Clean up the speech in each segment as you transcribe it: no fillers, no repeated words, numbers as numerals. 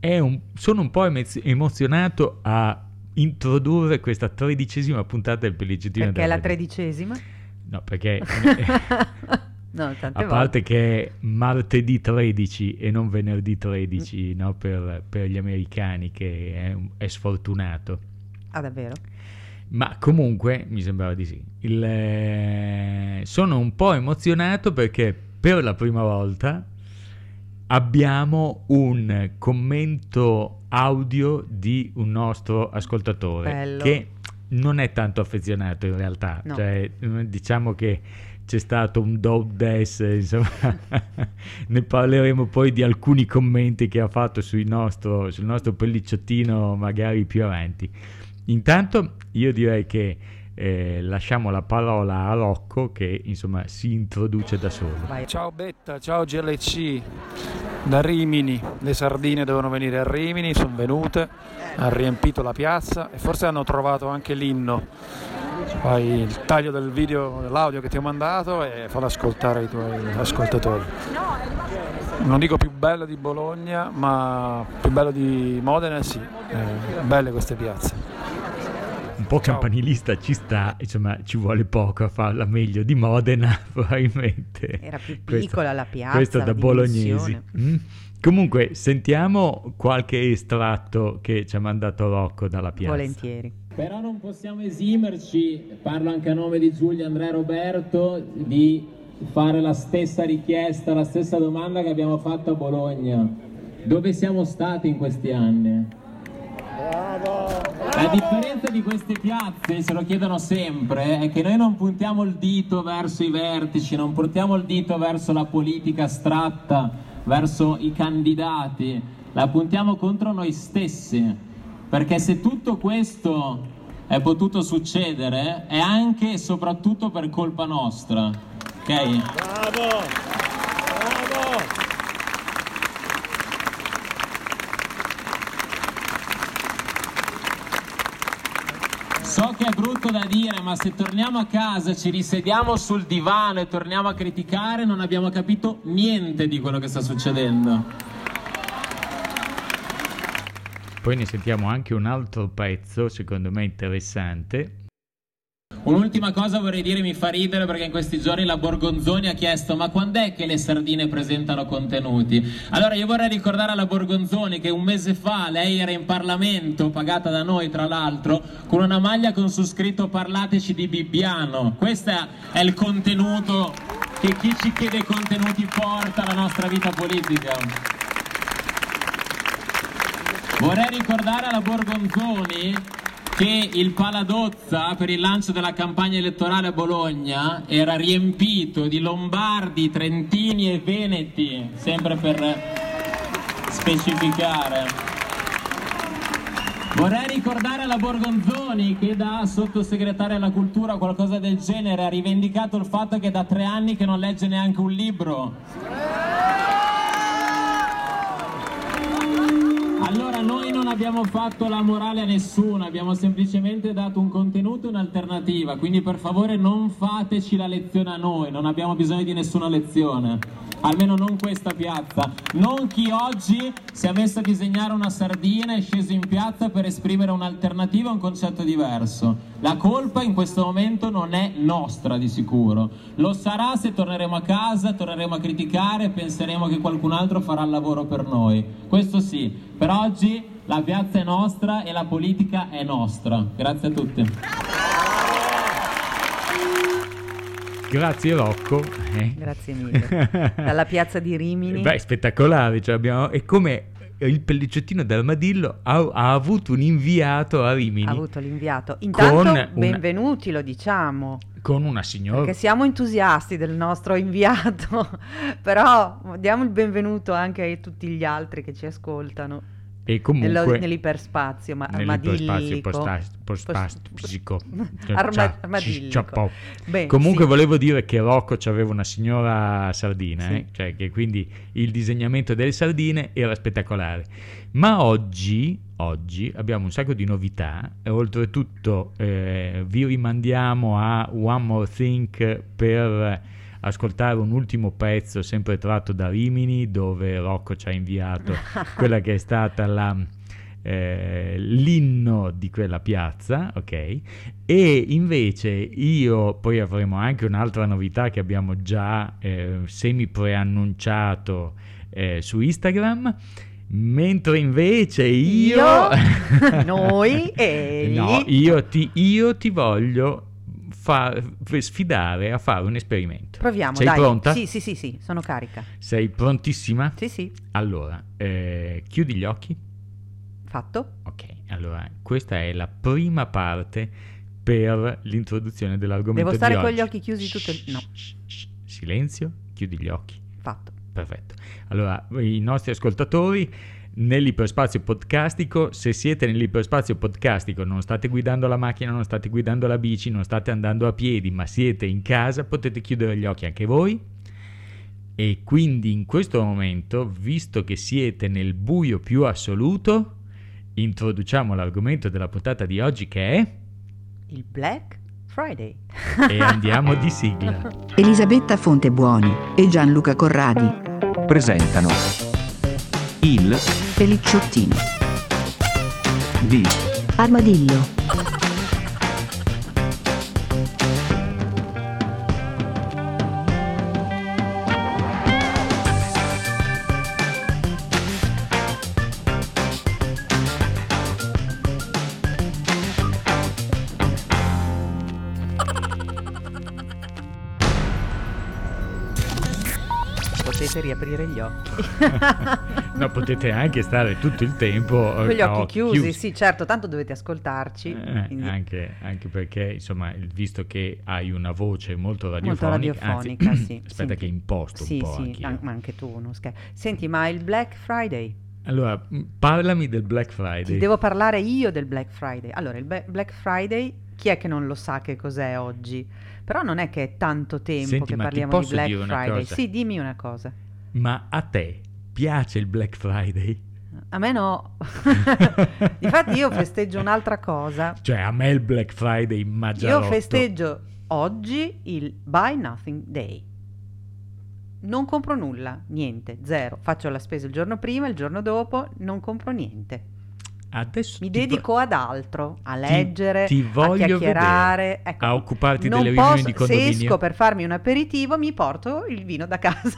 sono un po' emozionato a introdurre questa 13ª puntata del Pellicettino. Perché è la 13ª? No, perché No, a tante parte volte. che è martedì 13 e non venerdì 13, no, per gli americani, che è sfortunato. Ah, davvero? Ma comunque mi sembrava di sì. Sono un po' emozionato perché per la prima volta abbiamo un commento audio di un nostro ascoltatore Bello. che non è tanto affezionato in realtà, No. cioè diciamo che c'è stato un dog dash, insomma. Ne parleremo poi di alcuni commenti che ha fatto sul nostro pellicciottino magari più avanti. Intanto io direi che lasciamo la parola a Rocco, che insomma si introduce da solo. Vai. Ciao Betta, ciao GLC da Rimini. Le sardine dovevano venire a Rimini, sono venute, hanno riempito la piazza e forse hanno trovato anche l'inno. Fai il taglio del video, dell'audio che ti ho mandato e fallo ascoltare ai tuoi ascoltatori. Non dico più bello di Bologna, ma più bello di Modena, sì. Belle queste piazze. Un po' campanilista ci sta, insomma ci vuole poco a farla meglio di Modena, probabilmente. Era più piccola la piazza, questo la da bolognesi. dimensione. Comunque sentiamo qualche estratto che ci ha mandato Rocco dalla piazza. Volentieri. Però non possiamo esimerci, parlo anche a nome di Giulia, Andrea e Roberto, di fare la stessa richiesta, la stessa domanda che abbiamo fatto a Bologna. Dove siamo stati in questi anni? La differenza di queste piazze, se lo chiedono sempre, è che noi non puntiamo il dito verso i vertici, non puntiamo il dito verso la politica astratta, verso i candidati, la puntiamo contro noi stessi, perché se tutto questo è potuto succedere è anche e soprattutto per colpa nostra, ok? Bravo! Bravo! So che è brutto da dire, ma se torniamo a casa, ci risediamo sul divano e torniamo a criticare, non abbiamo capito niente di quello che sta succedendo. Poi ne sentiamo anche un altro pezzo, secondo me interessante. Un'ultima cosa vorrei dire, mi fa ridere perché in questi giorni la Borgonzoni ha chiesto ma quando è che le sardine presentano contenuti? Allora io vorrei ricordare alla Borgonzoni che un mese fa lei era in Parlamento, pagata da noi tra l'altro, con una maglia con su scritto parlateci di Bibbiano. Questo è il contenuto che chi ci chiede contenuti porta alla nostra vita politica. Vorrei ricordare alla Borgonzoni che il Paladozza per il lancio della campagna elettorale a Bologna era riempito di lombardi, trentini e veneti, sempre per specificare. Vorrei ricordare alla Borgonzoni che da sottosegretaria alla cultura o qualcosa del genere ha rivendicato il fatto che da 3 anni che non legge neanche un libro. Allora noi non abbiamo fatto la morale a nessuno, abbiamo semplicemente dato un contenuto e un'alternativa, quindi per favore non fateci la lezione a noi, non abbiamo bisogno di nessuna lezione, almeno non questa piazza, non chi oggi si è messo a disegnare una sardina e è sceso in piazza per esprimere un'alternativa, un concetto diverso. La colpa in questo momento non è nostra di sicuro, lo sarà se torneremo a casa, torneremo a criticare e penseremo che qualcun altro farà il lavoro per noi, questo sì, per oggi la piazza è nostra e la politica è nostra. Grazie a tutti. Grazie Rocco. Grazie mille. Dalla piazza di Rimini. Beh, spettacolare, cioè è come il pellicettino d'armadillo ha avuto un inviato a Rimini. Ha avuto l'inviato. Intanto benvenuti, lo diciamo. Con una signora. Perché siamo entusiasti del nostro inviato, però diamo il benvenuto anche a tutti gli altri che ci ascoltano. E comunque nell'iperspazio armadillico. Comunque sì. Volevo dire che Rocco c'aveva una signora sardina, sì. Cioè che quindi il disegnamento delle sardine era spettacolare. Ma oggi abbiamo un sacco di novità e oltretutto vi rimandiamo a One More Thing per ascoltare un ultimo pezzo sempre tratto da Rimini, dove Rocco ci ha inviato quella che è stata l'inno di quella piazza, ok? E invece io poi avremo anche un'altra novità che abbiamo già semi preannunciato su Instagram, mentre invece noi e no, io ti voglio sfidare a fare un esperimento. Proviamo, sei dai. Pronta? Sì, sono carica. Sei prontissima? Sì. Allora, chiudi gli occhi. Fatto? Ok, allora questa è la prima parte per l'introduzione dell'argomento Devo stare di con oggi. gli occhi chiusi tutto il... No. Silenzio, chiudi gli occhi. Fatto. Perfetto. Allora, i nostri ascoltatori nell'iperspazio podcastico, se siete nell'iperspazio podcastico, non state guidando la macchina, non state guidando la bici, non state andando a piedi, ma siete in casa, potete chiudere gli occhi anche voi. E quindi in questo momento, visto che siete nel buio più assoluto, introduciamo l'argomento della puntata di oggi, che è il Black Friday. E andiamo di sigla. Elisabetta Fontebuoni e Gianluca Corradi presentano il Pelicciottino di Armadillo. Potete riaprire gli occhi. No, potete anche stare tutto il tempo Con gli occhi chiusi, sì, certo, tanto dovete ascoltarci. Quindi... anche perché, insomma, visto che hai una voce molto radiofonica, anzi, sì. aspetta, Senti. che imposto un po' Sì, anch'io. ma anche tu, non scherzo. Senti, ma il Black Friday? Allora, parlami del Black Friday. Ti devo parlare io del Black Friday. Allora, il Black Friday, chi è che non lo sa che cos'è oggi? Però non è che è tanto tempo. Senti, che ma ti parliamo di posso Black dire una Friday. cosa? Sì, dimmi una cosa. Ma a te piace il Black Friday? A me no. Difatti io festeggio un'altra cosa. Cioè, a me il Black Friday Io maggiorotto. festeggio oggi il Buy Nothing Day. Non compro nulla, niente, zero. Faccio la spesa il giorno prima, il giorno dopo non compro niente. Adesso Mi ti dedico ad altro, a leggere, ti voglio a chiacchierare, vedere, ecco, a occuparti non delle riunioni posso, di condominio. Se esco per farmi un aperitivo mi porto il vino da casa.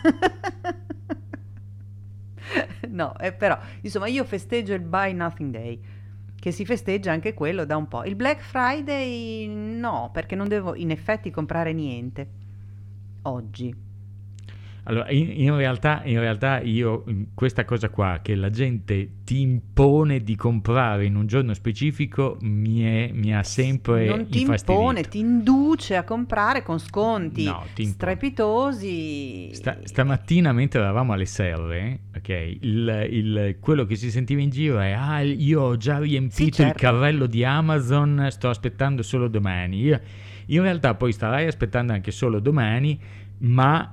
No, però, insomma, io festeggio il Buy Nothing Day, che si festeggia anche quello da un po'. Il Black Friday no, perché non devo in effetti comprare niente oggi. Allora, in realtà io questa cosa qua, che la gente ti impone di comprare in un giorno specifico, mi ha sempre non ti infastidito. impone, ti induce a comprare con sconti strepitosi. Stamattina, mentre eravamo alle serre, ok, quello che si sentiva in giro è io ho già riempito il carrello di Amazon, sto aspettando solo domani. In realtà poi starai aspettando anche solo domani, ma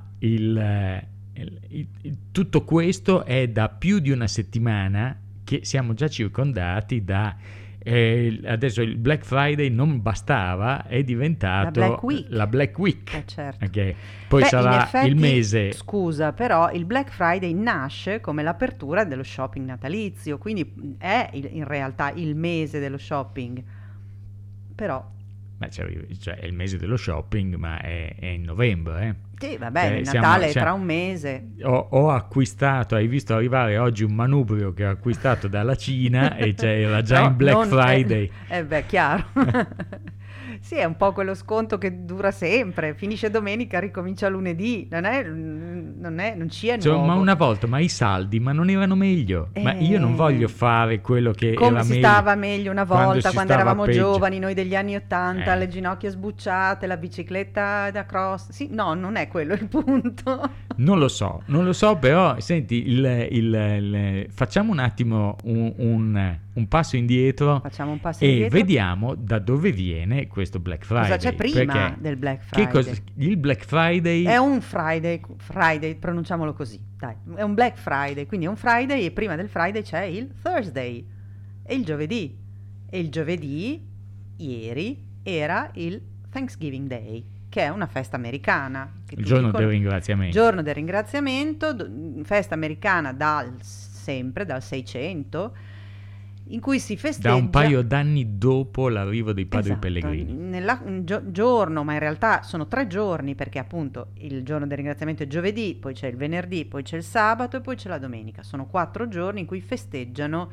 tutto questo è da più di una settimana che siamo già circondati da adesso il Black Friday non bastava, è diventato la Black Week. Certo. Okay. Poi sarà effetti, il mese. Scusa, però il Black Friday nasce come l'apertura dello shopping natalizio, quindi è in realtà il mese dello shopping. Però cioè è il mese dello shopping, ma è in novembre, Sì, vabbè, il Natale è tra un mese. Ho acquistato, hai visto arrivare oggi un manubrio che ho acquistato dalla Cina e era già in Black Friday. Chiaro. Sì, è un po' quello sconto che dura sempre, finisce domenica, ricomincia lunedì, non ci è nuovo. Ma una volta, ma i saldi, ma non erano meglio? Ma io non voglio fare quello che come era si meglio. stava meglio una volta, quando eravamo peggio. giovani, noi degli anni '80, le ginocchia sbucciate, la bicicletta da cross. Sì, no, non è quello il punto. Non lo so, però senti, facciamo un attimo un passo indietro. Facciamo un passo e indietro. Vediamo da dove viene questo Black Friday. Cosa c'è prima del Black Friday? Il Black Friday è un Friday, pronunciamolo così, dai, è un Black Friday, quindi è un Friday e prima del Friday c'è il Thursday e il giovedì. E il giovedì, ieri, era il Thanksgiving Day, che è una festa americana. Che Il giorno del ringraziamento. Giorno del ringraziamento, festa americana dal 600, in cui si festeggia... Da un paio d'anni dopo l'arrivo dei Padri Esatto, Pellegrini. Giorno, ma in realtà sono 3 giorni, perché appunto il giorno del ringraziamento è giovedì, poi c'è il venerdì, poi c'è il sabato e poi c'è la domenica. Sono 4 giorni in cui festeggiano,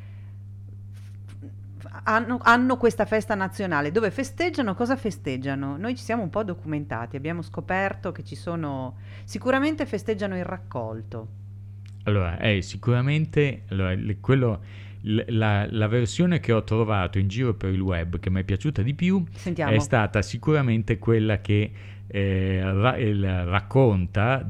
hanno questa festa nazionale. Dove festeggiano? Cosa festeggiano? Noi ci siamo un po' documentati, abbiamo scoperto che ci sono... Sicuramente festeggiano il raccolto. Allora, sicuramente la versione che ho trovato in giro per il web che mi è piaciuta di più Sentiamo. è stata sicuramente quella che racconta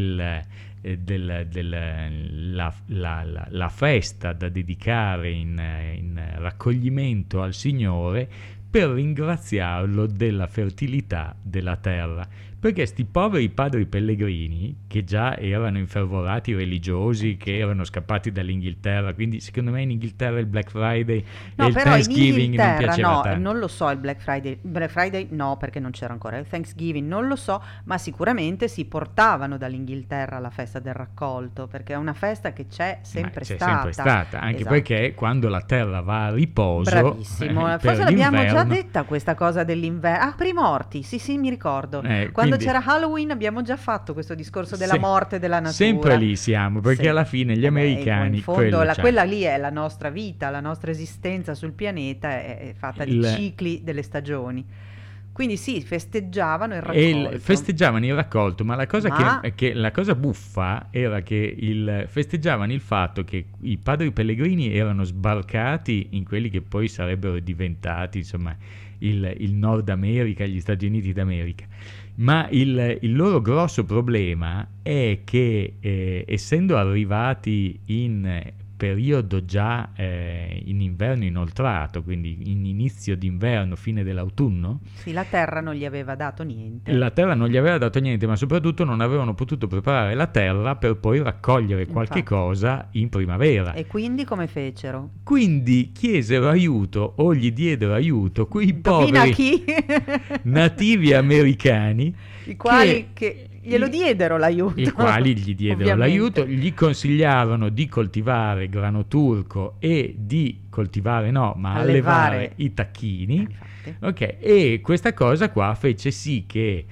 la festa da dedicare in raccoglimento al Signore per ringraziarlo della fertilità della terra. Perché sti poveri Padri Pellegrini, che già erano infervorati religiosi, che erano scappati dall'Inghilterra, quindi secondo me in Inghilterra il Black Friday No, e il però Thanksgiving in non Inghilterra piaceva no, tanto. non lo so il Black Friday no, perché non c'era ancora il Thanksgiving, non lo so, ma sicuramente si portavano dall'inghilterra alla festa del raccolto, perché è una festa che c'è sempre C'è stata. sempre stata, anche Esatto. perché quando la terra va a riposo, Bravissimo, per forse l'abbiamo già l'inverno- detta questa cosa dell'inverno. Ah, per i morti, sì, mi ricordo. Quando quindi- c'era Halloween abbiamo già fatto questo discorso della Sì, morte della natura. sempre lì siamo, perché Sì. alla fine gli Beh, americani in fondo quello c'hanno. quella lì è la nostra vita, la nostra esistenza sul pianeta è fatta di cicli delle stagioni. Quindi sì, festeggiavano il raccolto. Festeggiavano il raccolto, ma la cosa Ma- che la cosa buffa era che festeggiavano il fatto che i Padri Pellegrini erano sbarcati in quelli che poi sarebbero diventati, insomma, il Nord America, gli Stati Uniti d'America. Ma il loro grosso problema è che essendo arrivati in periodo già in inverno inoltrato, quindi in inizio d'inverno, fine dell'autunno, Sì, la terra non gli aveva dato niente. la terra non gli aveva dato niente, ma soprattutto non avevano potuto preparare la terra per poi raccogliere qualche Infatti. cosa in primavera. E quindi come fecero? Quindi chiesero aiuto o gli diedero aiuto quei Indovina poveri chi? nativi americani I quali che glielo diedero l'aiuto. i quali gli diedero Ovviamente. l'aiuto, gli consigliarono di coltivare grano turco e di coltivare allevare i tacchini. Infatti. Ok, e questa cosa qua fece sì che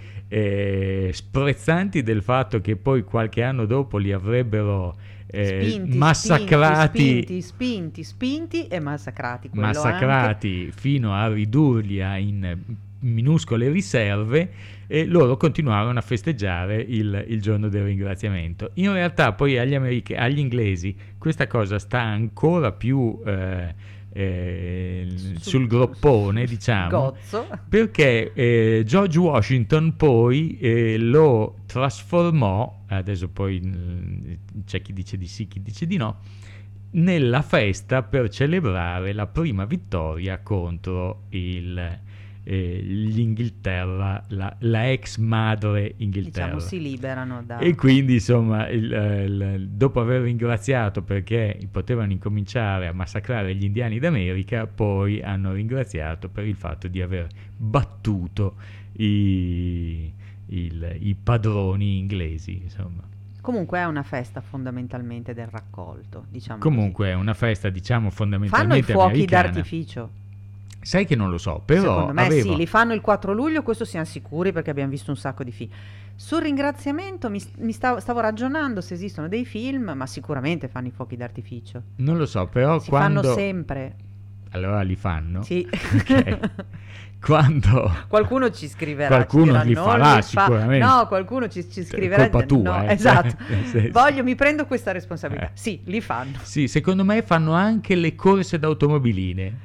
sprezzanti del fatto che poi qualche anno dopo li avrebbero massacrati spinti e massacrati. Quello anche. massacrati fino a ridurli in minuscole riserve, e loro continuarono a festeggiare il giorno del ringraziamento. In realtà poi agli inglesi questa cosa sta ancora più sul groppone, diciamo, Gozzo. perché George Washington poi lo trasformò, adesso poi c'è chi dice di sì, chi dice di no, nella festa per celebrare la prima vittoria contro l'Inghilterra, la ex madre Inghilterra. Diciamo si liberano da... E quindi insomma dopo aver ringraziato perché potevano incominciare a massacrare gli indiani d'America, poi hanno ringraziato per il fatto di aver battuto i padroni inglesi, insomma. Comunque è una festa fondamentalmente del raccolto, diciamo. Comunque è una festa, diciamo, Fanno i fondamentalmente fuochi americana. d'artificio. Sai che non lo so, però Secondo me avevo... sì, li fanno il 4 luglio, questo siamo sicuri perché abbiamo visto un sacco di film. Sul ringraziamento stavo ragionando se esistono dei film, ma sicuramente fanno i fuochi d'artificio. Non lo so, però Si quando... fanno sempre. Allora li fanno? Sì. Ok. Quando... Qualcuno ci scriverà. Qualcuno ci li dirà, farà non sicuramente. No, qualcuno ci scriverà. Colpa tua, no, eh. esatto. Nel senso. Mi prendo questa responsabilità. Eh. Sì, li fanno. Sì, secondo me fanno anche le corse d'automobiline.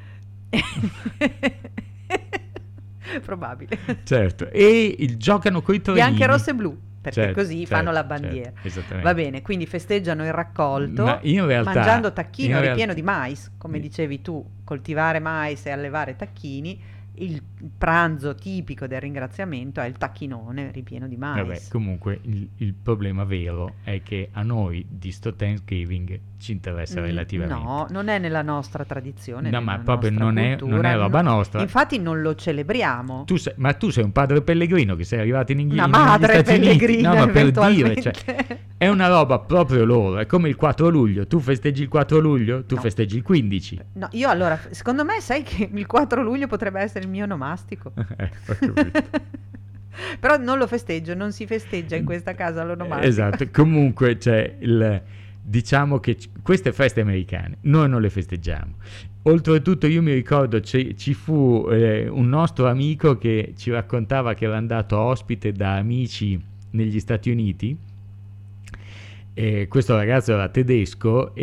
Probabile. Certo, e giocano coi trenini. Bianche, rosse e blu, perché Certo, così certo, fanno la certo, bandiera. esattamente. Va bene, quindi festeggiano il raccolto, Ma in realtà- mangiando tacchino in ripieno realtà- di mais, come dicevi tu, coltivare mais e allevare tacchini. Il il pranzo tipico del ringraziamento è il tacchinone ripieno di mais. Vabbè, comunque il problema vero è che a noi di sto Thanksgiving ci interessa relativamente. No, non è nella nostra tradizione. No, ma nella proprio nostra non è roba nostra. Infatti non lo celebriamo. Ma tu sei un padre pellegrino che sei arrivato in Una Inghilterra. madre pellegrina, No, ma per dire, eventualmente. cioè, è una roba proprio loro. È come il 4 luglio. Tu festeggi il 4 luglio, tu No. festeggi il 15. No, io allora, secondo me, sai che il 4 luglio potrebbe essere il mio onomastico. Ho capito. Però non lo festeggio, non si festeggia in questa casa l'onomastico. Esatto, comunque c'è diciamo che queste feste americane noi non le festeggiamo. Oltretutto io mi ricordo ci fu un nostro amico che ci raccontava che era andato ospite da amici negli Stati Uniti. Questo ragazzo era tedesco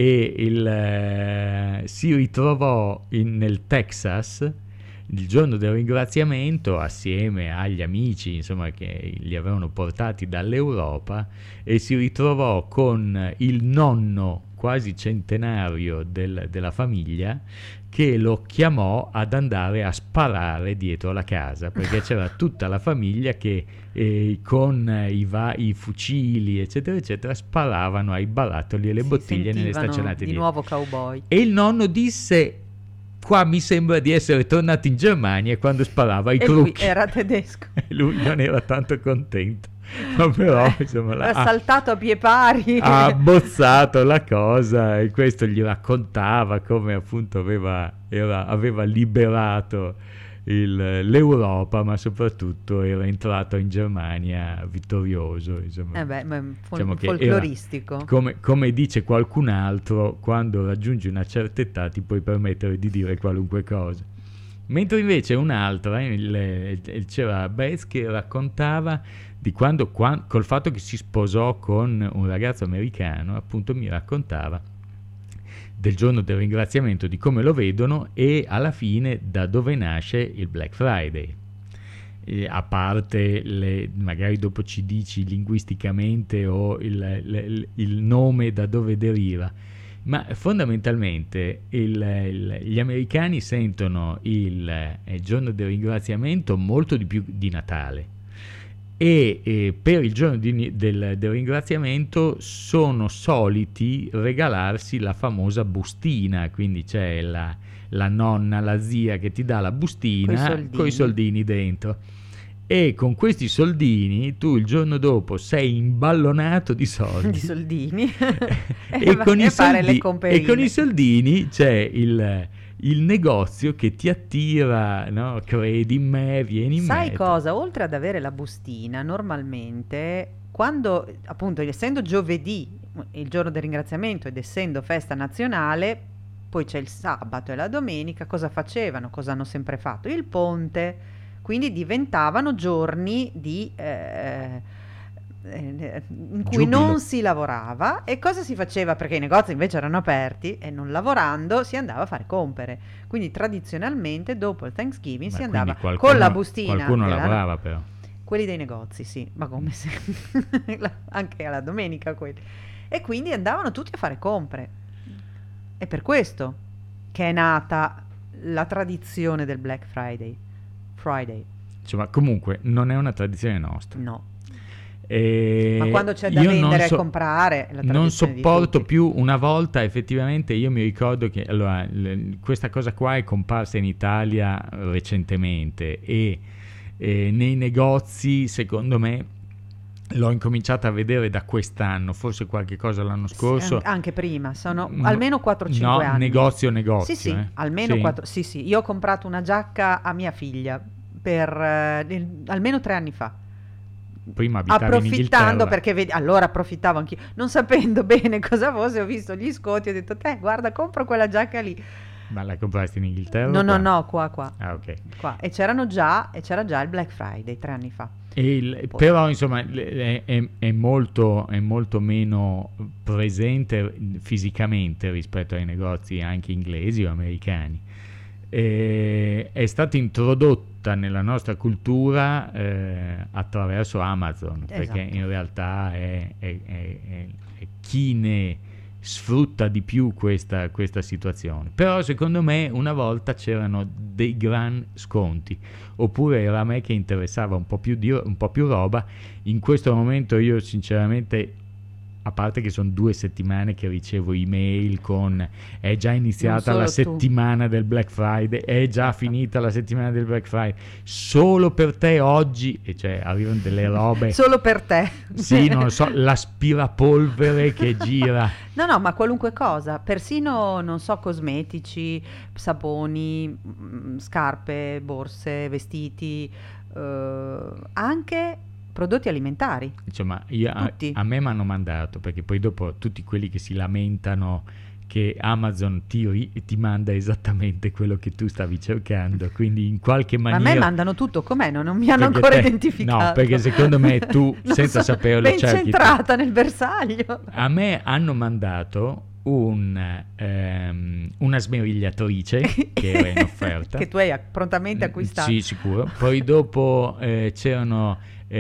e si ritrovò nel Texas il giorno del ringraziamento assieme agli amici, insomma, che li avevano portati dall'Europa, e si ritrovò con il nonno quasi centenario della famiglia che lo chiamò ad andare a sparare dietro la casa, perché c'era tutta la famiglia che con i fucili eccetera eccetera sparavano ai barattoli e le bottiglie nelle staccionate di nuovo cowboy. E il nonno disse: qua mi sembra di essere tornato in Germania quando sparava ai E lui crocchi. era tedesco. E lui non era tanto contento, ma però insomma Era saltato a pie pari. ha abbozzato la cosa, e questo gli raccontava come appunto aveva liberato l'Europa, ma soprattutto era entrato in Germania vittorioso, insomma. Ma è Diciamo che folcloristico. come dice qualcun altro, quando raggiungi una certa età ti puoi permettere di dire qualunque cosa. Mentre invece un'altra, c'era Beth, che raccontava di quando col fatto che si sposò con un ragazzo americano, appunto mi raccontava del giorno del ringraziamento, di come lo vedono e alla fine da dove nasce il Black Friday. A parte magari dopo ci dici linguisticamente o il nome da dove deriva, ma fondamentalmente gli americani sentono il giorno del ringraziamento molto di più di Natale, e per il giorno del ringraziamento sono soliti regalarsi la famosa bustina, quindi c'è la nonna, la zia che ti dà la bustina con i soldini dentro, e con questi soldini tu il giorno dopo sei imballonato di soldi, di soldini e con le i soldini c'è il negozio che ti attira, no? Credi in me, vieni in me. Sai cosa? Oltre ad avere la bustina, normalmente quando, appunto, essendo giovedì il giorno del ringraziamento ed essendo festa nazionale, poi c'è il sabato e la domenica, cosa facevano? Cosa hanno sempre fatto? Il ponte, quindi diventavano giorni in cui Giubilo. non si lavorava. E cosa si faceva? Perché i negozi invece erano aperti e non lavorando si andava a fare compere, quindi tradizionalmente dopo il Thanksgiving si andava con la bustina. Qualcuno lavorava però. Quelli dei negozi, sì, ma come se anche alla domenica quelli. E quindi andavano tutti a fare compere. È per questo che è nata la tradizione del Black Friday. Insomma, comunque non è una tradizione nostra. No. Ma quando c'è da io vendere e comprare, è la non tradizione di sopporto tutti. più. Una volta effettivamente io mi ricordo che allora questa cosa qua è comparsa in Italia recentemente, e nei negozi, secondo me, l'ho incominciata a vedere da quest'anno, forse qualche cosa l'anno scorso. Anche prima, sono almeno 4-5 anni. Negozio. Sì, almeno 4. Sì, io ho comprato una giacca a mia figlia per almeno 3 anni fa. Prima abitavi in Approfittando, Inghilterra. perché allora approfittavo anch'io, non sapendo bene cosa fosse, ho visto gli sconti, ho detto guarda, compro quella giacca lì. Ma la comprasti in Inghilterra? No, qua. Ah, ok. Qua. E c'era già il Black Friday 3 anni fa. Però insomma è molto meno presente fisicamente rispetto ai negozi anche inglesi o americani. È stata introdotta nella nostra cultura attraverso Amazon, perché Esatto. in realtà è chi ne sfrutta di più questa situazione. Però secondo me una volta c'erano dei gran sconti, oppure era a me che interessava un po' più roba. In questo momento io sinceramente, a parte che sono 2 settimane che ricevo email con è già iniziata la settimana del Black Friday, è già finita la settimana del Black Friday, solo per te oggi, e cioè arrivano delle robe solo per te, sì, non lo so, l'aspirapolvere che gira, no, ma qualunque cosa, persino, non so, cosmetici, saponi, scarpe, borse, vestiti, anche prodotti alimentari. Insomma, a me mi hanno mandato, perché poi dopo tutti quelli che si lamentano che Amazon ti manda esattamente quello che tu stavi cercando, quindi in qualche maniera... A me mandano tutto, com'è? Non mi hanno ancora identificato. No, perché secondo me tu, senza saperlo, ben centrata nel bersaglio. A me hanno mandato una smerigliatrice che era in offerta. Che tu hai prontamente acquistato. Sì, sicuro. Poi dopo c'erano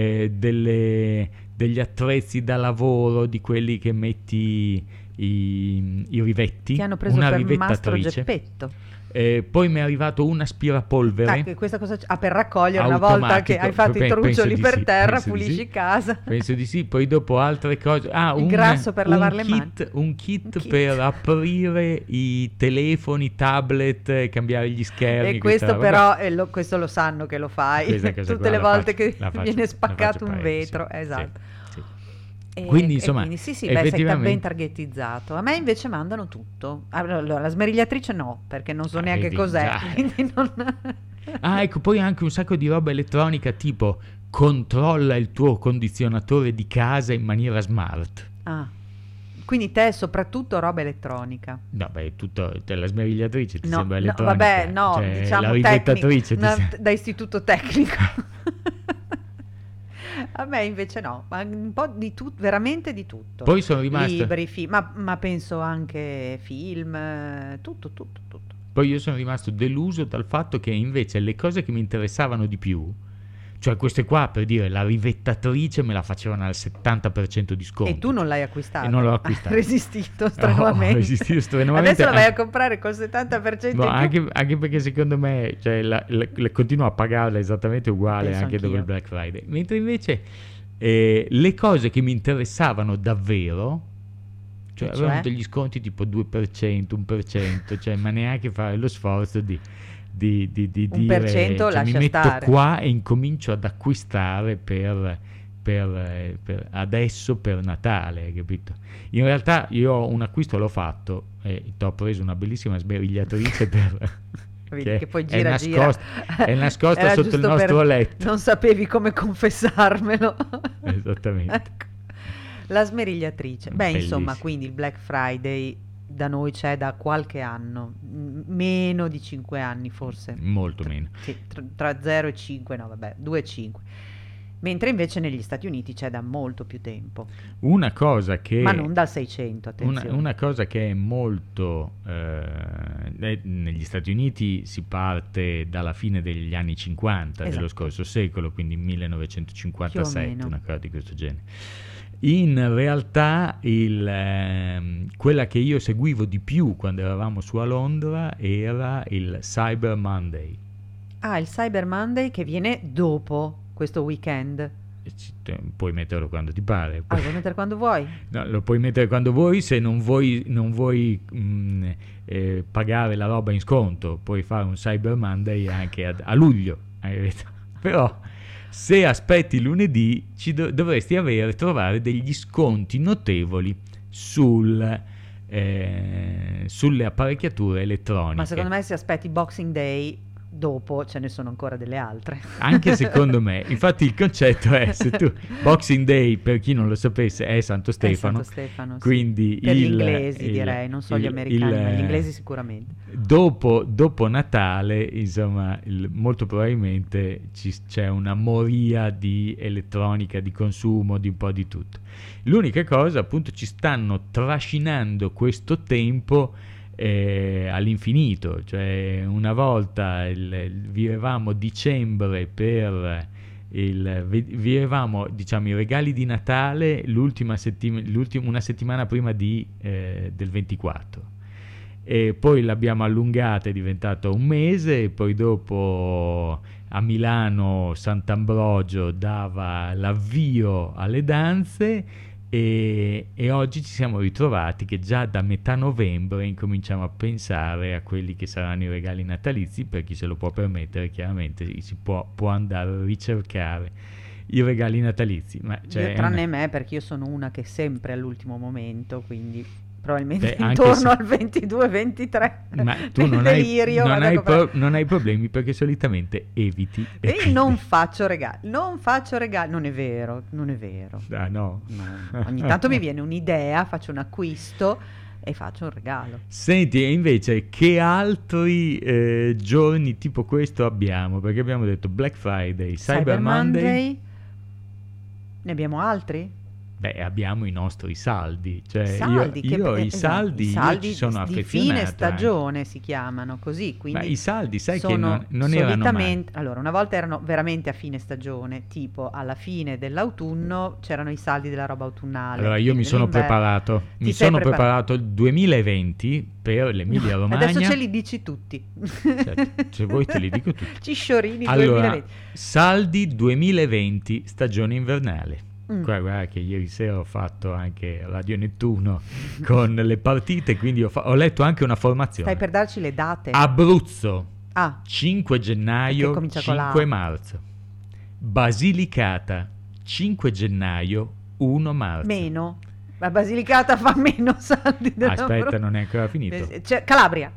degli attrezzi da lavoro, di quelli che metti i rivetti. Ti hanno preso una per Mastro rivettatrice. Geppetto. Poi mi è arrivato un aspirapolvere. Questa cosa per raccogliere, una volta che hai fatto i truccioli per terra, pulisci casa. Penso di sì. Poi dopo altre cose. Il grasso per lavare le mani. Un kit per aprire i telefoni, tablet, cambiare gli schermi. E questo però, questo lo sanno che lo fai tutte le volte che viene spaccato un vetro. Sì, esatto. Sì. Quindi insomma, sì, sei ben targetizzato. A me invece mandano tutto. Allora, la smerigliatrice no, perché non so neanche cos'è. Ecco, poi anche un sacco di roba elettronica, tipo controlla il tuo condizionatore di casa in maniera smart. Quindi te soprattutto roba elettronica. No, beh, la smerigliatrice ti no, sembra elettronica. Vabbè, no, cioè, diciamo la rivettatrice da istituto tecnico. A me invece no, ma un po' di tutto, veramente di tutto. Poi sono rimasto... libri, ma penso anche film, tutto. Poi io sono rimasto deluso dal fatto che invece le cose che mi interessavano di più, cioè queste qua, per dire, la rivettatrice me la facevano al 70% di sconto. E tu non l'hai acquistata? E non l'ho acquistata. Hai resistito strenuamente. Adesso la vai a comprare col 70% in più. Anche perché secondo me, cioè, continuo a pagarla esattamente uguale. Penso anche dopo il Black Friday. Mentre invece le cose che mi interessavano davvero, cioè avevano degli sconti tipo 2%, 1%, cioè, ma neanche fare lo sforzo di dire, cioè, mi metto qua e incomincio ad acquistare per adesso, per Natale, capito? In realtà io un acquisto l'ho fatto e ti ho preso una bellissima smerigliatrice che poi gira, è nascosta sotto il nostro letto. Non sapevi come confessarmelo. Esattamente. Ecco. La smerigliatrice. Insomma, quindi il Black Friday da noi c'è da qualche anno, meno di 5 anni forse. Molto meno. Sì, tra 0 e 5, no vabbè, 2 e 5. Mentre invece negli Stati Uniti c'è da molto più tempo. Una cosa che... Ma non dal 600, attenzione. Una cosa che è molto... negli Stati Uniti si parte dalla fine degli anni 50 dello scorso secolo, quindi 1957, una cosa di questo genere. In realtà quella che io seguivo di più quando eravamo su a Londra era il Cyber Monday. Il Cyber Monday che viene dopo questo weekend. Puoi metterlo quando ti pare. Lo puoi mettere quando vuoi? No, lo puoi mettere quando vuoi, se non vuoi pagare la roba in sconto, puoi fare un Cyber Monday anche a luglio. Però... se aspetti lunedì dovresti trovare degli sconti notevoli sulle apparecchiature elettroniche. Ma secondo me se aspetti Boxing Day dopo ce ne sono ancora delle altre. Anche secondo me. Infatti il concetto è, se tu Boxing Day, per chi non lo sapesse, è Santo Stefano. È Santo Stefano, quindi sì. Per gli inglesi direi, non so gli americani, ma gli inglesi sicuramente. Dopo Natale, insomma, molto probabilmente c'è una moria di elettronica, di consumo, di un po' di tutto. L'unica cosa, appunto, ci stanno trascinando questo tempo all'infinito, cioè una volta vivevamo dicembre per vivevamo, diciamo, i regali di Natale una settimana prima del 24, e poi l'abbiamo allungata, è diventato un mese, e poi dopo a Milano Sant'Ambrogio dava l'avvio alle danze, e oggi ci siamo ritrovati che già da metà novembre incominciamo a pensare a quelli che saranno i regali natalizi. Per chi se lo può permettere, chiaramente si può andare a ricercare i regali natalizi. Ma io, tranne me, perché io sono una che sempre all'ultimo momento, quindi probabilmente anche intorno al 22-23 ma tu non delirio, non hai problemi, perché solitamente eviti. E io non faccio regali, non è vero. Ah, no. Ogni tanto mi viene un'idea, faccio un acquisto e faccio un regalo. Senti, e invece che altri giorni tipo questo abbiamo? Perché abbiamo detto Black Friday, Cyber Monday. Ne abbiamo altri? Beh, abbiamo i nostri saldi, cioè io i i saldi ci sono affezionato. Di fine stagione si chiamano così, quindi ma i saldi, sai che sono non erano mai. Allora, una volta erano veramente a fine stagione, tipo alla fine dell'autunno c'erano i saldi della roba autunnale. Allora io mi sono preparato, il 2020 per l'Emilia Romagna. Adesso ce li dici tutti. Certo, se vuoi te li dico tutti. Cisciorini allora, 2020. Saldi 2020, stagione invernale. Guarda che ieri sera ho fatto anche Radio Nettuno con le partite, quindi ho letto anche una formazione. Stai per darci le date? Abruzzo 5 gennaio, comincia 5 marzo. Basilicata 5 gennaio, 1 marzo. Meno. La Basilicata fa meno saldi Aspetta, non è ancora finito. C'è Calabria,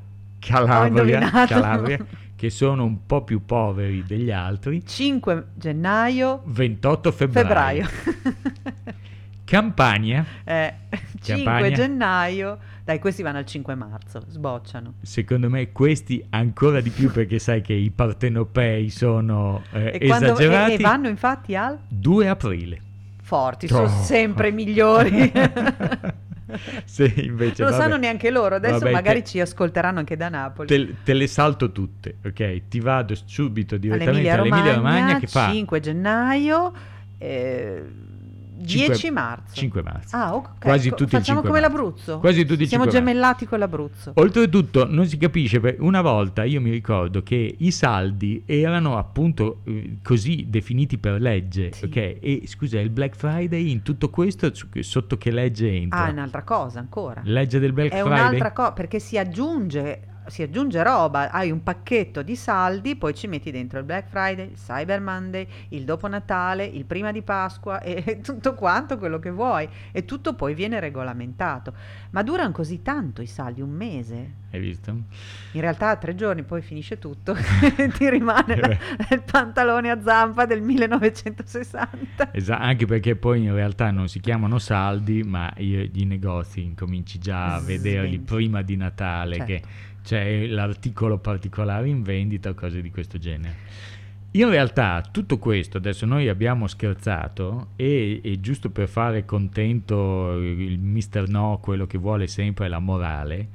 che sono un po' più poveri degli altri. 5 gennaio, 28 febbraio. Campania 5 gennaio. Dai, questi vanno al 5 marzo, sbocciano. Secondo me questi ancora di più, perché sai che i partenopei sono esagerati. E vanno infatti al 2 aprile. Forti, sono sempre migliori. Se invece non lo sanno neanche loro, adesso magari ci ascolteranno anche da Napoli. Te le salto tutte, ok? Ti vado subito direttamente all'Emilia Romagna, che fa 5 gennaio, 10 marzo. 5 marzo. Ah, ok. Quasi tutti facciamo il 5 come marzo. l'Abruzzo. Quasi tutti siamo 5 gemellati con l'Abruzzo. Oltretutto non si capisce, una volta io mi ricordo che i saldi erano appunto così definiti per legge, sì. Ok? E scusa, il Black Friday in tutto questo sotto che legge entra? Ah, è un'altra cosa ancora. Legge del Black Friday? È un'altra cosa, perché si aggiunge roba, hai un pacchetto di saldi, poi ci metti dentro il Black Friday, il Cyber Monday, il dopo Natale, il prima di Pasqua e tutto quanto quello che vuoi, e tutto poi viene regolamentato. Ma durano così tanto i saldi, un mese? Hai visto? In realtà 3 giorni, poi finisce tutto e ti rimane il pantalone a zampa del 1960. Esatto, anche perché poi in realtà non si chiamano saldi, ma i negozi incominci già a vederli prima di Natale, certo. Che c'è l'articolo particolare in vendita o cose di questo genere. In realtà tutto questo, adesso noi abbiamo scherzato, e giusto per fare contento il Mister No, quello che vuole sempre la morale,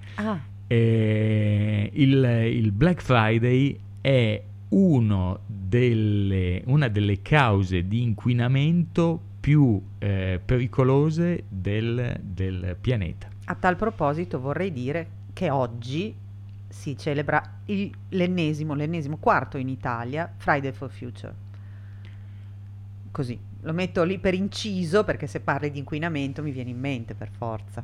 il Black Friday è una delle cause di inquinamento più pericolose del pianeta. A tal proposito vorrei dire che oggi si celebra l'ennesimo quarto in Italia Friday for Future. Così, lo metto lì per inciso, perché se parli di inquinamento mi viene in mente per forza.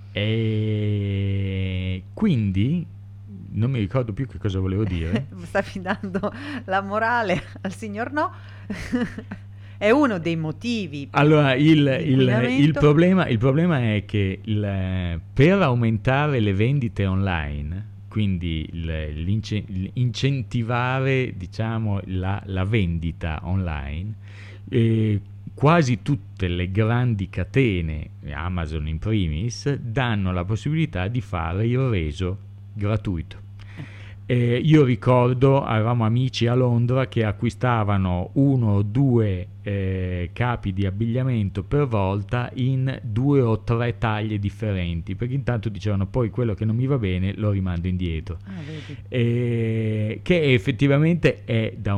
E quindi non mi ricordo più che cosa volevo dire. Stavi dando la morale al signor No. È uno dei motivi. Allora, il problema è che per aumentare le vendite online, quindi incentivare, diciamo, la vendita online, quasi tutte le grandi catene, Amazon in primis, danno la possibilità di fare il reso gratuito. Io ricordo, avevamo amici a Londra che acquistavano 1 o 2 capi di abbigliamento per volta in 2 o 3 taglie differenti, perché intanto dicevano poi quello che non mi va bene lo rimando indietro. Che effettivamente è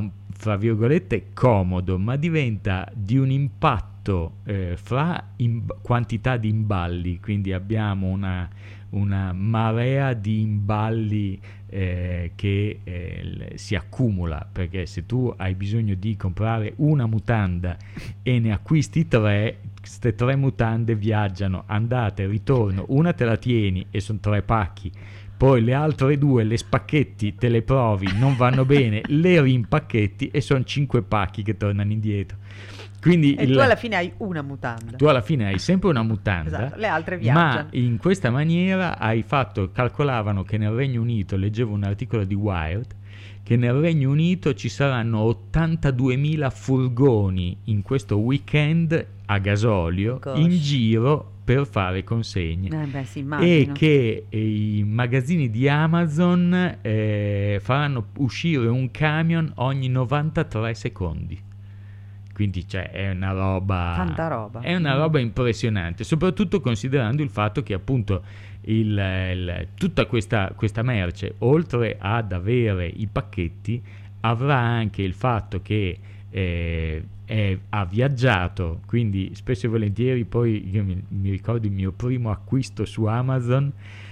fra virgolette comodo, ma diventa di un impatto fra quantità di imballi, quindi abbiamo una marea di imballi che si accumula, perché se tu hai bisogno di comprare una mutanda e ne acquisti 3, queste 3 mutande viaggiano andata e ritorno, una te la tieni e sono 3 pacchi, poi le altre 2 le spacchetti, te le provi, non vanno bene, le rimpacchetti e sono 5 pacchi che tornano indietro. Quindi tu alla fine hai una mutanda. Tu alla fine hai sempre una mutanda, esatto, le altre viaggiano. Ma in questa maniera calcolavano che nel Regno Unito, leggevo un articolo di Wired, che nel Regno Unito ci saranno 82.000 furgoni in questo weekend a gasolio in giro per fare consegne, sì, e che i magazzini di Amazon faranno uscire un camion ogni 93 secondi. Quindi è una roba, tanta roba, è una roba impressionante, soprattutto considerando il fatto che appunto tutta questa merce, oltre ad avere i pacchetti, avrà anche il fatto che ha viaggiato, quindi spesso e volentieri. Poi io mi ricordo il mio primo acquisto su Amazon.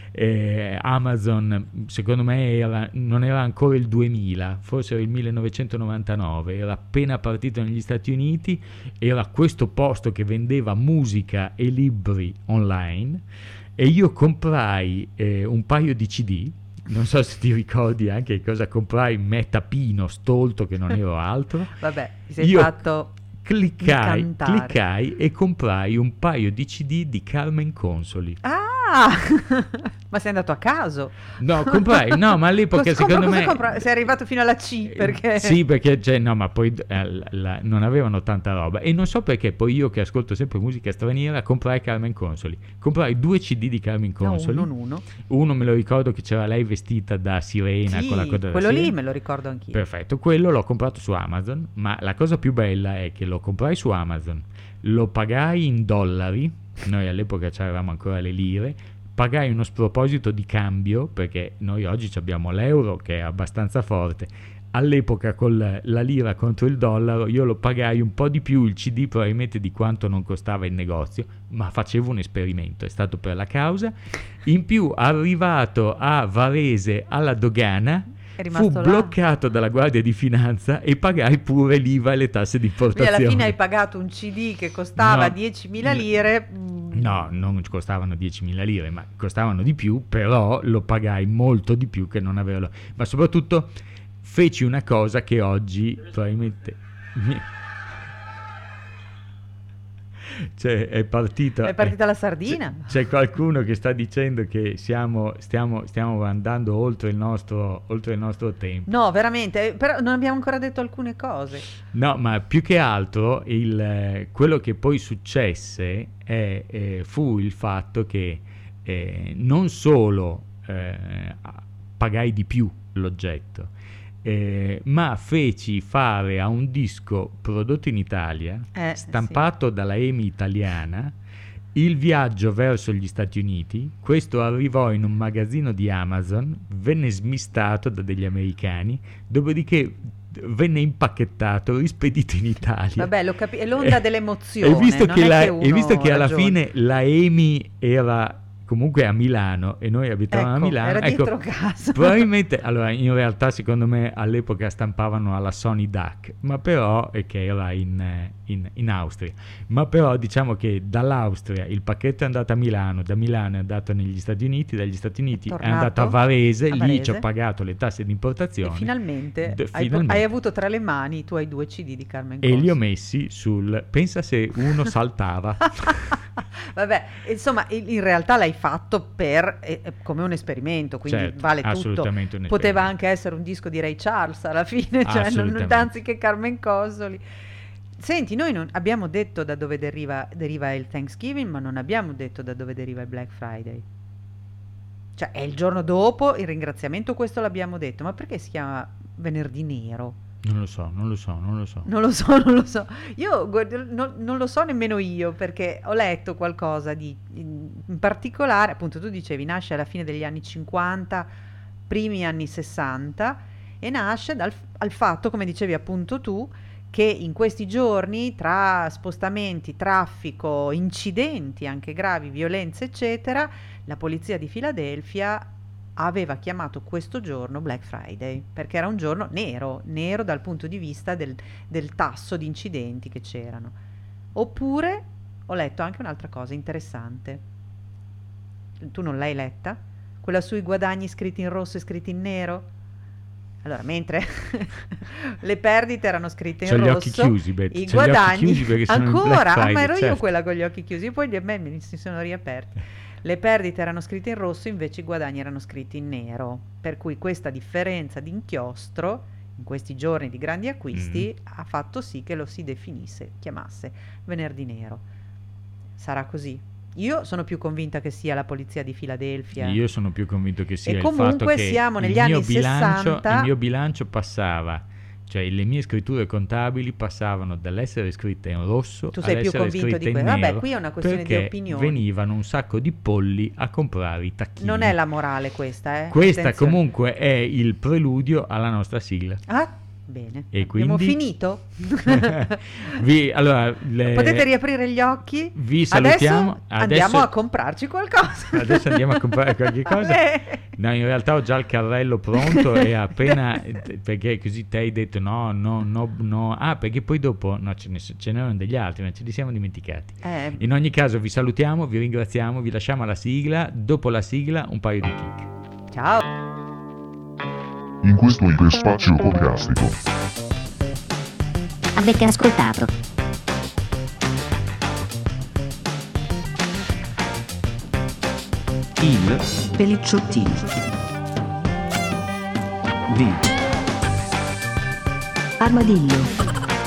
Amazon secondo me non era ancora il 2000, forse era il 1999, era appena partito negli Stati Uniti, era questo posto che vendeva musica e libri online, e io comprai un paio di CD. Non so se ti ricordi anche cosa comprai, me tapino stolto che non ero altro. Vabbè, ti sei fatto cliccai e comprai un paio di CD di Carmen Consoli. Ma sei andato a caso? No, comprai, no, ma all'epoca secondo me sei arrivato fino alla C, perché sì, perché no, ma poi non avevano tanta roba, e non so perché poi io, che ascolto sempre musica straniera, comprai Carmen Consoli. Comprai 2 CD di Carmen Consoli. Uno me lo ricordo che c'era lei vestita da sirena, sì, con la coda da quello sirena. lì me lo ricordo anch'io. Perfetto, quello l'ho comprato su Amazon, ma la cosa più bella è che lo comprai su Amazon, lo pagai in dollari, noi all'epoca c'avevamo ancora le lire, pagai uno sproposito di cambio, perché noi oggi abbiamo l'euro che è abbastanza forte, all'epoca con la lira contro il dollaro io lo pagai un po' di più il CD probabilmente di quanto non costava in negozio, ma facevo un esperimento, è stato per la causa. In più, arrivato a Varese alla dogana, fu bloccato dalla Guardia di Finanza e pagai pure l'IVA e le tasse di importazione. Quindi alla fine hai pagato un CD che costava 10.000 lire. No, non costavano 10.000 lire, ma costavano di più, però lo pagai molto di più che non averlo. Ma soprattutto feci una cosa che oggi probabilmente è partita la sardina. C'è qualcuno che sta dicendo che stiamo andando oltre il nostro tempo. No, veramente, però non abbiamo ancora detto alcune cose. No, ma più che altro quello che poi successe fu il fatto che non solo pagai di più l'oggetto, ma feci fare a un disco prodotto in Italia, stampato dalla EMI italiana, il viaggio verso gli Stati Uniti. Questo arrivò in un magazzino di Amazon, venne smistato da degli americani, dopodiché venne impacchettato, rispedito in Italia. Vabbè, è l'onda dell'emozione. E visto che alla fine la EMI era comunque a Milano e noi abitavamo a Milano, era dietro casa. Probabilmente, allora, in realtà secondo me all'epoca stampavano alla Sony DAC, ma però che era in Austria, ma però diciamo che dall'Austria il pacchetto è andato a Milano, da Milano è andato negli Stati Uniti, dagli Stati Uniti è andato a Varese, lì ci ho pagato le tasse di importazione e finalmente hai avuto tra le mani i tuoi 2 CD di Carmen Consoli e li ho messi pensa se uno saltava. Vabbè, insomma, in realtà l'hai fatto come un esperimento, quindi certo, vale tutto. Poteva anche essere un disco di Ray Charles alla fine, cioè anziché Carmen Consoli. Senti, noi non abbiamo detto da dove deriva il Thanksgiving, ma non abbiamo detto da dove deriva il Black Friday. Cioè, è il giorno dopo il ringraziamento, questo l'abbiamo detto, ma perché si chiama venerdì nero? Non lo so. Io non lo so nemmeno io, perché ho letto qualcosa in particolare, appunto tu dicevi nasce alla fine degli anni 50, primi anni 60, e nasce dal fatto, come dicevi appunto tu, che in questi giorni tra spostamenti, traffico, incidenti anche gravi, violenze eccetera, la polizia di Filadelfia aveva chiamato questo giorno Black Friday perché era un giorno nero dal punto di vista del tasso di incidenti che c'erano. Oppure ho letto anche un'altra cosa interessante, tu non l'hai letta? Quella sui guadagni scritti in rosso e scritti in nero? Allora, mentre le perdite erano scritte in rosso, gli occhi chiusi, i guadagni ancora, Friday, ma ero io certo. quella con gli occhi chiusi, poi a me mi si sono riaperti. Le perdite erano scritte in rosso, invece i guadagni erano scritti in nero, per cui questa differenza di inchiostro in questi giorni di grandi acquisti ha fatto sì che lo si chiamasse venerdì nero. Sarà così? Io sono più convinta che sia la polizia di Filadelfia. Io sono più convinto che sia e il comunque fatto che siamo negli anni 60. Il mio bilancio passava, cioè le mie scritture contabili passavano dall'essere scritte in rosso tu sei più all'essere convinto scritte di in questo? nero, Vabbè, qui è una questione di perché opinioni. venivano un sacco di polli a comprare i tacchini. Non è la morale questa, Questa Attenzione. comunque è il preludio alla nostra sigla. Ah, bene. E Abbiamo quindi finito? Allora, Potete riaprire gli occhi? Vi salutiamo. Andiamo a comprarci qualcosa. Adesso andiamo a comprare qualche cosa. No, in realtà ho già il carrello pronto e appena, perché così te hai detto no. Ah, perché poi dopo no, ce n'erano degli altri, ma ce li siamo dimenticati. In ogni caso vi salutiamo, vi ringraziamo, vi lasciamo alla sigla. Dopo la sigla un paio di kick. Ciao. In questo iperspazio podcastico avete ascoltato il Pelicciottini di Armadillo.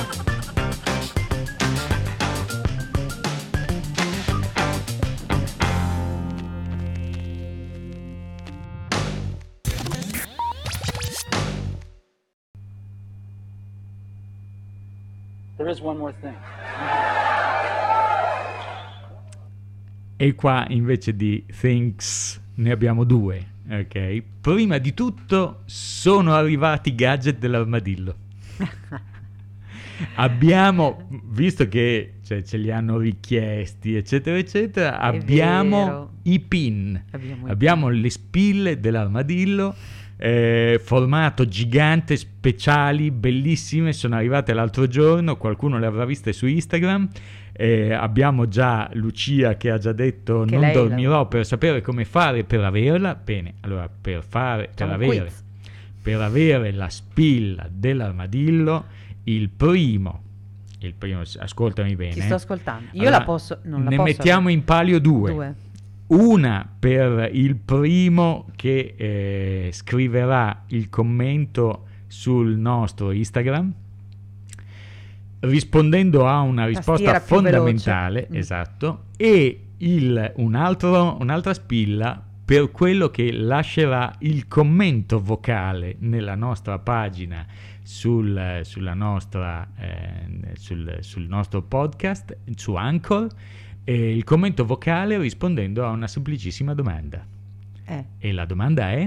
There is one more thing. E qua invece di things ne abbiamo due, ok? Prima di tutto sono arrivati i gadget dell'armadillo. Abbiamo, visto che ce li hanno richiesti, eccetera, eccetera, abbiamo vero. i pin. Abbiamo Le spille dell'armadillo, formato gigante, speciali, bellissime, sono arrivate l'altro giorno, qualcuno le avrà viste su Instagram. Abbiamo già Lucia che ha già detto che non dormirò per sapere come fare per averla. Bene, allora per avere la spilla dell'armadillo, il primo, ascoltami bene. Ti sto ascoltando. Io allora, la posso, non la ne posso mettiamo avere. in palio due. Una per il primo che scriverà il commento sul nostro Instagram, rispondendo a una risposta fondamentale, esatto, e un'altra spilla per quello che lascerà il commento vocale nella nostra pagina sul nostro podcast, su Anchor, il commento vocale rispondendo a una semplicissima domanda. E la domanda è: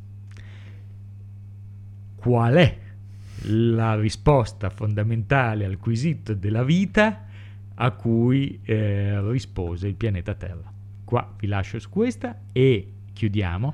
qual è la risposta fondamentale al quesito della vita a cui rispose il pianeta Terra? Qua vi lascio su questa e chiudiamo.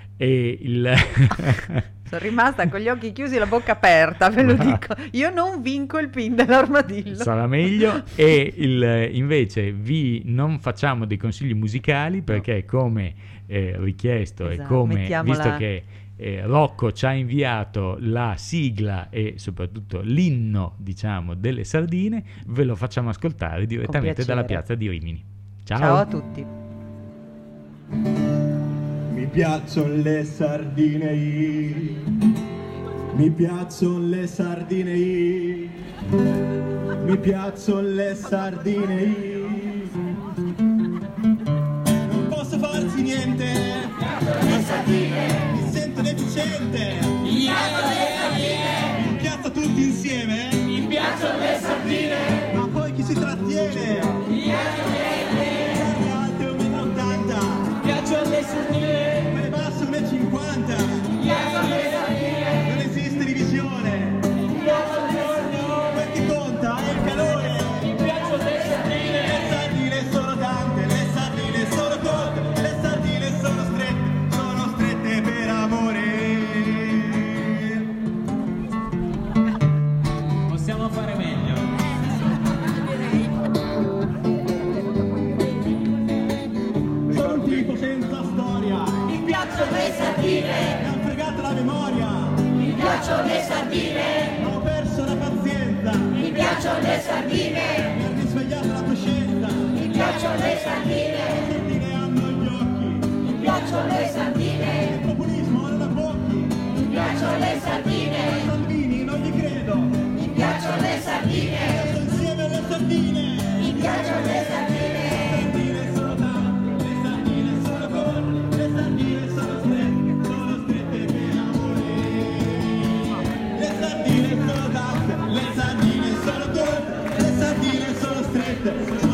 Sono rimasta con gli occhi chiusi e la bocca aperta, ve lo dico. Io non vinco il pin dell'armadillo. Sarà meglio. E invece non facciamo dei consigli musicali perché come richiesto, esatto, e come visto che Rocco ci ha inviato la sigla e soprattutto l'inno, diciamo, delle sardine, ve lo facciamo ascoltare direttamente dalla piazza di Rimini. Ciao a tutti. Mi piacciono le sardine, mi piacciono le sardine, mi piacciono le sardine. Non posso farci niente, le sardine. Mi sento deficiente, mi piacciono le sardine. In piazza tutti insieme, mi piacciono le sardine. Ma poi chi si trattiene, mi piacciono le sardine. Le alte 1,80 m, mi piacciono le sardine. 50. Non esiste piacciono le sardine. Ho perso la pazienza. Mi piacciono le sardine. Mi ha risvegliato la coscienza. Mi piacciono le sardine. Le sardine hanno gli occhi. Mi piacciono le sardine. Il populismo non ha pochi. Mi piacciono le sardine. A Salvini non gli credo. Mi piacciono le sardine. Sto insieme alle sardine. Mi piacciono le sardine. Le sardine sono tante, le sardine sono corte, le sardine sono strette per amore. Le sardine sono tante, le sardine sono corte, le sardine sono strette.